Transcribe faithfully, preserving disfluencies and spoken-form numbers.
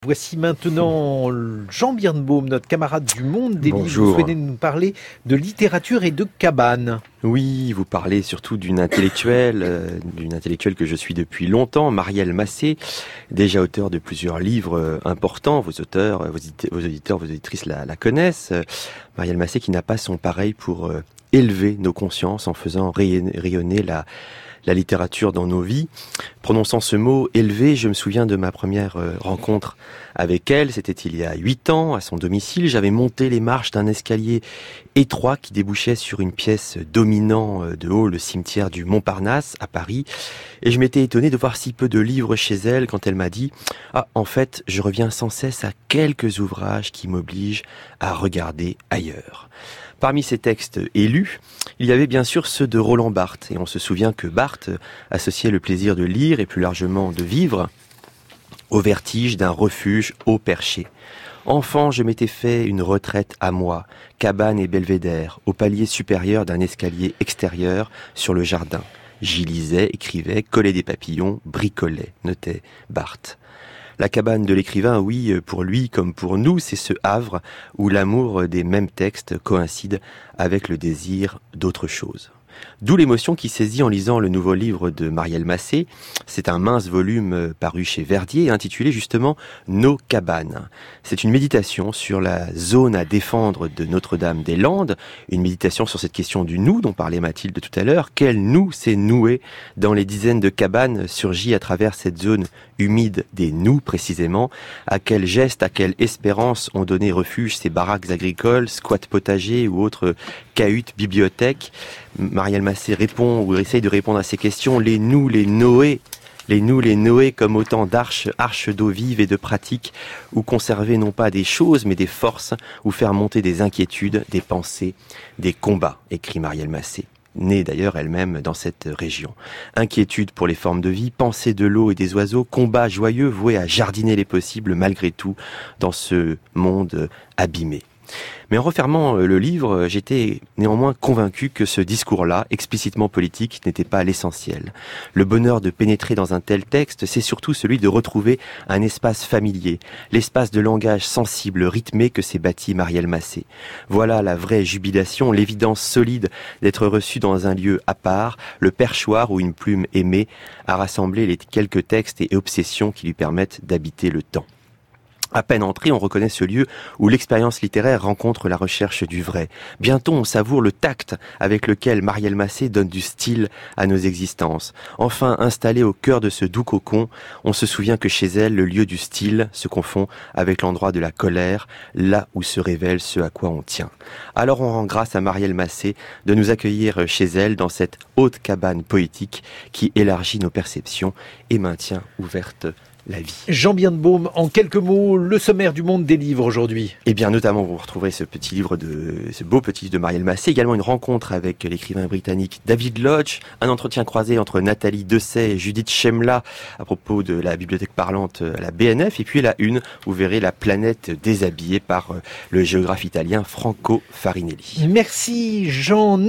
Voici maintenant Jean Birnbaum, notre camarade du Monde des Livres. Vous venez nous parler de littérature et de cabane. Oui, vous parlez surtout d'une intellectuelle, euh, d'une intellectuelle que je suis depuis longtemps, Marielle Massé, déjà auteur de plusieurs livres euh, importants. Vos auteurs, vos, vos auditeurs, vos auditrices la, la connaissent. Euh, Marielle Massé qui n'a pas son pareil pour euh, élever nos consciences en faisant rayonner, rayonner la la littérature dans nos vies. Prononçant ce mot élevé, je me souviens de ma première euh, rencontre avec elle. C'était il y a huit ans, à son domicile. J'avais monté les marches d'un escalier étroit qui débouchait sur une pièce dominant euh, de haut le cimetière du Montparnasse à Paris. Et je m'étais étonné de voir si peu de livres chez elle quand elle m'a dit « Ah, en fait, je reviens sans cesse à quelques ouvrages qui m'obligent à regarder ailleurs ». Parmi ces textes élus, il y avait bien sûr ceux de Roland Barthes. Et on se souvient que Barthes associait le plaisir de lire et plus largement de vivre au vertige d'un refuge haut perché. Enfant, je m'étais fait une retraite à moi, cabane et belvédère, au palier supérieur d'un escalier extérieur sur le jardin. J'y lisais, écrivais, collais des papillons, bricolais, notait Barthes. La cabane de l'écrivain, oui, pour lui comme pour nous, c'est ce havre où l'amour des mêmes textes coïncide avec le désir d'autre chose. D'où l'émotion qui saisit en lisant le nouveau livre de Marielle Massé. C'est un mince volume paru chez Verdier intitulé justement « Nos cabanes ». C'est une méditation sur la zone à défendre de Notre-Dame-des-Landes, une méditation sur cette question du « nous » dont parlait Mathilde tout à l'heure. Quel nous s'est noué dans les dizaines de cabanes surgies à travers cette zone humide des nous précisément? À quel geste, à quelle espérance ont donné refuge ces baraques agricoles, squats potagers ou autres cahutes bibliothèques? Marielle Massé répond ou essaye de répondre à ces questions. Les nous, les Noé, les nous, les Noé comme autant d'arches, arches d'eau vive et de pratiques où conserver non pas des choses mais des forces, où faire monter des inquiétudes, des pensées, des combats, écrit Marielle Massé, née d'ailleurs elle-même dans cette région. Inquiétude pour les formes de vie, pensée de l'eau et des oiseaux, combat joyeux voué à jardiner les possibles malgré tout dans ce monde abîmé. Mais en refermant le livre, j'étais néanmoins convaincu que ce discours-là, explicitement politique, n'était pas l'essentiel. Le bonheur de pénétrer dans un tel texte, c'est surtout celui de retrouver un espace familier, l'espace de langage sensible, rythmé que s'est bâti Marielle Massé. Voilà la vraie jubilation, l'évidence solide d'être reçu dans un lieu à part, le perchoir où une plume aimée a rassemblé les quelques textes et obsessions qui lui permettent d'habiter le temps. À peine entré, on reconnaît ce lieu où l'expérience littéraire rencontre la recherche du vrai. Bientôt, on savoure le tact avec lequel Marielle Massé donne du style à nos existences. Enfin, installée au cœur de ce doux cocon, on se souvient que chez elle, le lieu du style se confond avec l'endroit de la colère, là où se révèle ce à quoi on tient. Alors on rend grâce à Marielle Massé de nous accueillir chez elle dans cette haute cabane poétique qui élargit nos perceptions et maintient ouverte la vie. Jean Birnbaum, en quelques mots, le sommaire du Monde des Livres aujourd'hui. Eh bien, notamment, vous retrouverez ce petit livre de, ce beau petit livre de Marielle Massé, également une rencontre avec l'écrivain britannique David Lodge, un entretien croisé entre Nathalie Dessay et Judith Chemla à propos de la bibliothèque parlante à la B N F, et puis la une, vous verrez la planète déshabillée par le géographe italien Franco Farinelli. Merci Jean.